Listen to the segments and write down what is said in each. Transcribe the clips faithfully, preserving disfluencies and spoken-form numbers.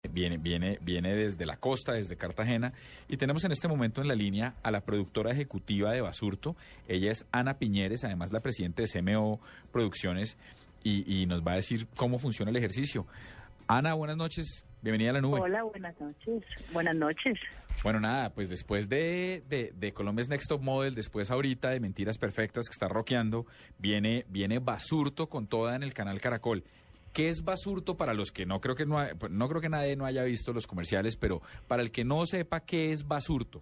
Viene, viene, viene desde la costa, desde Cartagena, y tenemos en este momento en la línea a la productora ejecutiva de Basurto. Ella es Ana Piñeres, además la presidenta de C M O Producciones, y, y nos va a decir cómo funciona el ejercicio. Ana, buenas noches, bienvenida a la nube. Hola, buenas noches. Buenas noches. Bueno, nada, pues después de, de, de Colombia's Next Top Model, después ahorita de Mentiras Perfectas que está rockeando, viene, viene Basurto con toda en el canal Caracol. ¿Qué es Basurto para los que no creo que no, hay, no creo que nadie no haya visto los comerciales, pero para el que no sepa qué es Basurto?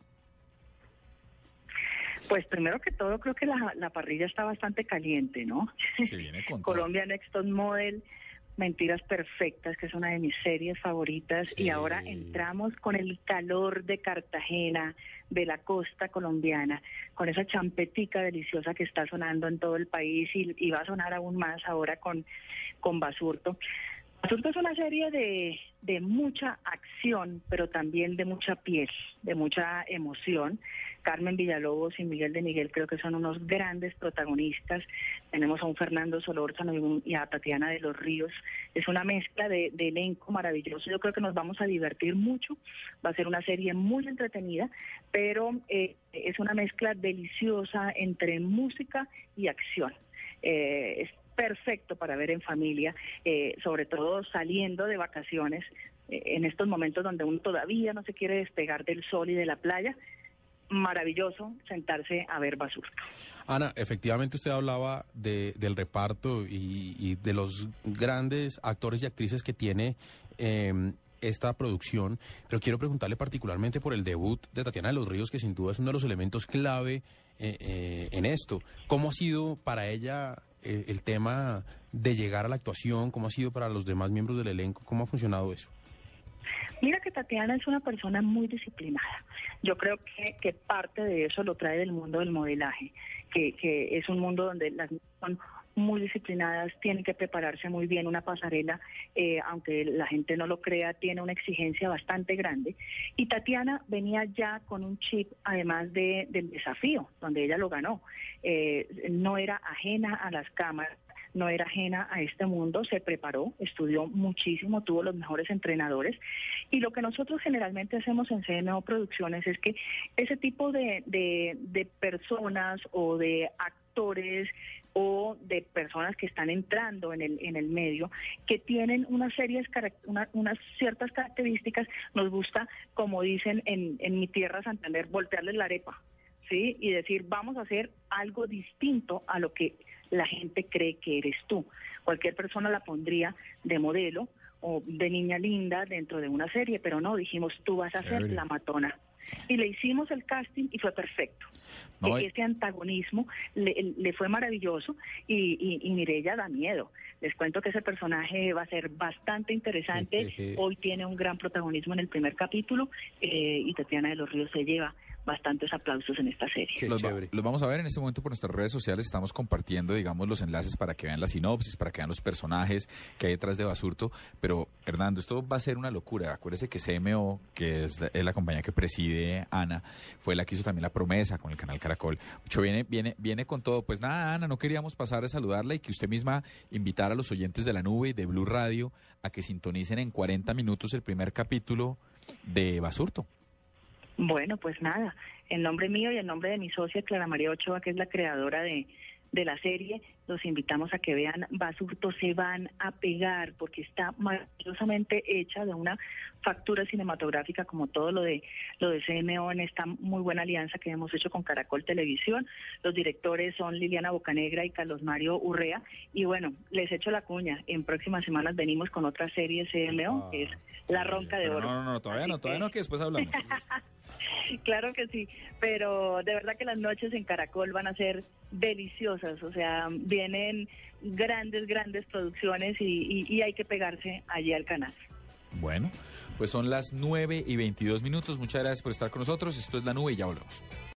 Pues primero que todo creo que la, la parrilla está bastante caliente, ¿no? Se viene con Colombia Next Top Model, Mentiras Perfectas, que es una de mis series favoritas, sí. Y ahora entramos con el calor de Cartagena, de la costa colombiana, con esa champetica deliciosa que está sonando en todo el país y, y va a sonar aún más ahora con, con Basurto. Basurto es una serie de, de mucha acción, pero también de mucha piel, de mucha emoción. Carmen Villalobos y Miguel de Miguel creo que son unos grandes protagonistas. Tenemos a un Fernando Solórzano y a Tatiana de los Ríos. Es una mezcla de, de elenco maravilloso. Yo creo que nos vamos a divertir mucho. Va a ser una serie muy entretenida, pero eh, es una mezcla deliciosa entre música y acción. Eh, es perfecto para ver en familia, eh, sobre todo saliendo de vacaciones, eh, en estos momentos donde uno todavía no se quiere despegar del sol y de la playa. Maravilloso sentarse a ver Basurto. Ana, efectivamente usted hablaba de, del reparto y, y de los grandes actores y actrices que tiene eh, esta producción, pero quiero preguntarle particularmente por el debut de Tatiana de los Ríos, que sin duda es uno de los elementos clave eh, eh, en esto. ¿Cómo ha sido para ella eh, el tema de llegar a la actuación? ¿Cómo ha sido para los demás miembros del elenco? ¿Cómo ha funcionado eso? Mira que Tatiana es una persona muy disciplinada. Yo creo que, que parte de eso lo trae del mundo del modelaje, que, que es un mundo donde las mujeres son muy disciplinadas, tienen que prepararse muy bien. Una pasarela, eh, aunque la gente no lo crea, tiene una exigencia bastante grande. Y Tatiana venía ya con un chip, además de, del desafío, donde ella lo ganó. Eh, no era ajena a las cámaras, no era ajena a este mundo, se preparó, estudió muchísimo, tuvo los mejores entrenadores. Y lo que nosotros generalmente hacemos en C M O Producciones es que ese tipo de, de, de personas o de actores o de personas que están entrando en el en el medio, que tienen unas series, una, unas ciertas características, nos gusta, como dicen en, en mi tierra Santander, voltearles la arepa, ¿sí? Y decir, vamos a hacer algo distinto a lo que la gente cree que eres tú. Cualquier persona la pondría de modelo o de niña linda dentro de una serie, pero no, dijimos, tú vas a ser la matona. Y le hicimos el casting y fue perfecto. No, este antagonismo le, le fue maravilloso y, y, y Mireya da miedo. Les cuento que ese personaje va a ser bastante interesante. Hoy tiene un gran protagonismo en el primer capítulo eh, y Tatiana de los Ríos se lleva bastantes aplausos en esta serie. Los, va, los vamos a ver en este momento por nuestras redes sociales. Estamos compartiendo, digamos, los enlaces para que vean la sinopsis, para que vean los personajes que hay detrás de Basurto. Pero, Hernando, esto va a ser una locura. Acuérdese que C M O, que es la, es la compañía que preside Ana, fue la que hizo también La Promesa con el canal Caracol. Mucho viene, viene, viene con todo. Pues nada, Ana, no queríamos pasar a saludarla y que usted misma invitara a los oyentes de la nube y de Blue Radio a que sintonicen en cuarenta minutos el primer capítulo de Basurto. Bueno, pues nada, en nombre mío y en nombre de mi socia Clara María Ochoa, que es la creadora de, de la serie, los invitamos a que vean Basurto. Se van a pegar porque está maravillosamente hecha, de una factura cinematográfica como todo lo de lo de C M O en esta muy buena alianza que hemos hecho con Caracol Televisión. Los directores son Liliana Bocanegra y Carlos Mario Urrea. Y bueno, les echo la cuña, en próximas semanas venimos con otra serie C M O, que es La Ronca de Oro. No, no, no, todavía Así no, todavía que... no, que después hablamos. Claro que sí, pero de verdad que las noches en Caracol van a ser deliciosas, o sea, vienen grandes, grandes producciones y, y, y hay que pegarse allí al canal. Bueno, pues son las nueve y veintidós minutos, muchas gracias por estar con nosotros, esto es La Nube y ya volvemos.